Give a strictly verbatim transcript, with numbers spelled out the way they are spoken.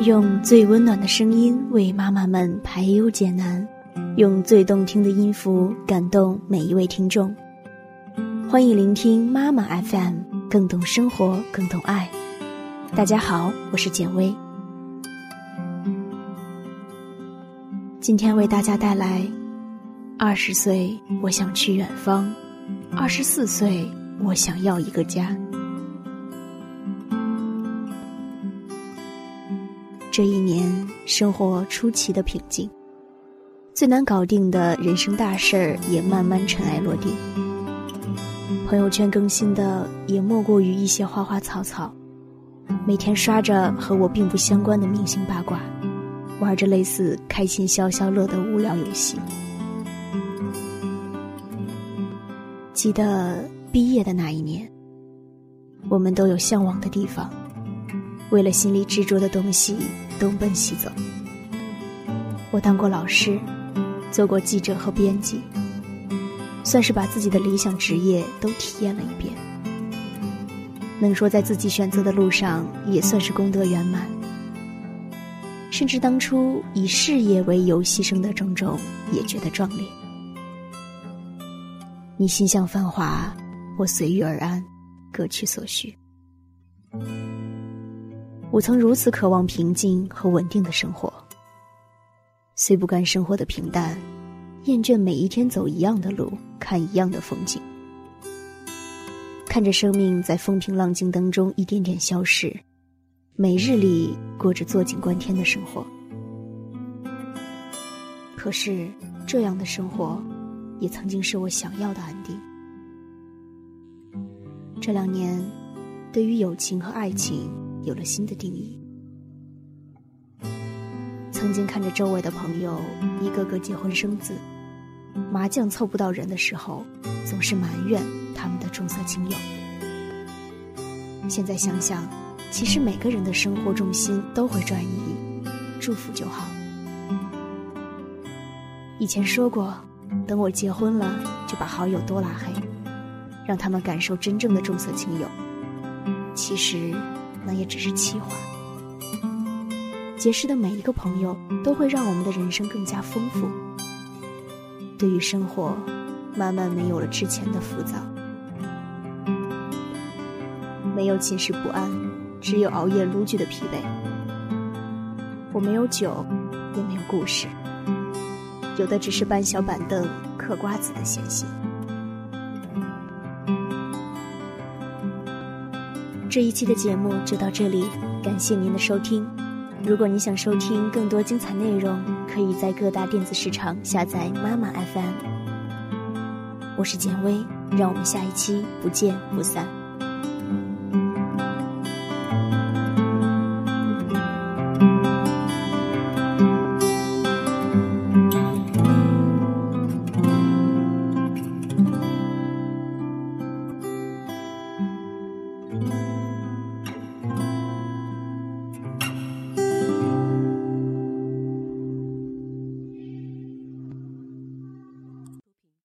用最温暖的声音为妈妈们排忧解难，用最动听的音符感动每一位听众。欢迎聆听妈妈 F M， 更懂生活，更懂爱。大家好，我是简薇。今天为大家带来二十岁我想去远方，二十四岁我想要一个家。这一年生活出奇的平静，最难搞定的人生大事儿也慢慢尘埃落定。朋友圈更新的也莫过于一些花花草草，每天刷着和我并不相关的明星八卦，玩着类似开心消消乐的无聊游戏。记得毕业的那一年，我们都有向往的地方，为了心里执着的东西东奔西走。我当过老师，做过记者和编辑，算是把自己的理想职业都体验了一遍。能说在自己选择的路上也算是功德圆满。甚至当初以事业为由牺牲的种种也觉得壮烈。你心向繁华，我随遇而安，各取所需。我曾如此渴望平静和稳定的生活，虽不甘生活的平淡，厌倦每一天走一样的路，看一样的风景，看着生命在风平浪静当中一点点消逝，每日里过着坐井观天的生活。可是这样的生活也曾经是我想要的安定。这两年对于友情和爱情有了新的定义。曾经看着周围的朋友一个个结婚生子，麻将凑不到人的时候总是埋怨他们的重色轻友。现在想想，其实每个人的生活重心都会转移，祝福就好。以前说过，等我结婚了就把好友都拉黑，让他们感受真正的重色轻友。其实那也只是气话。结识的每一个朋友都会让我们的人生更加丰富，对于生活慢慢没有了之前的浮躁，没有寝食不安，只有熬夜撸剧的疲惫。我没有酒，也没有故事，有的只是搬小板凳嗑瓜子的闲心。这一期的节目就到这里，感谢您的收听。如果你想收听更多精彩内容，可以在各大电子市场下载妈妈 F M。 我是简薇，让我们下一期不见不散。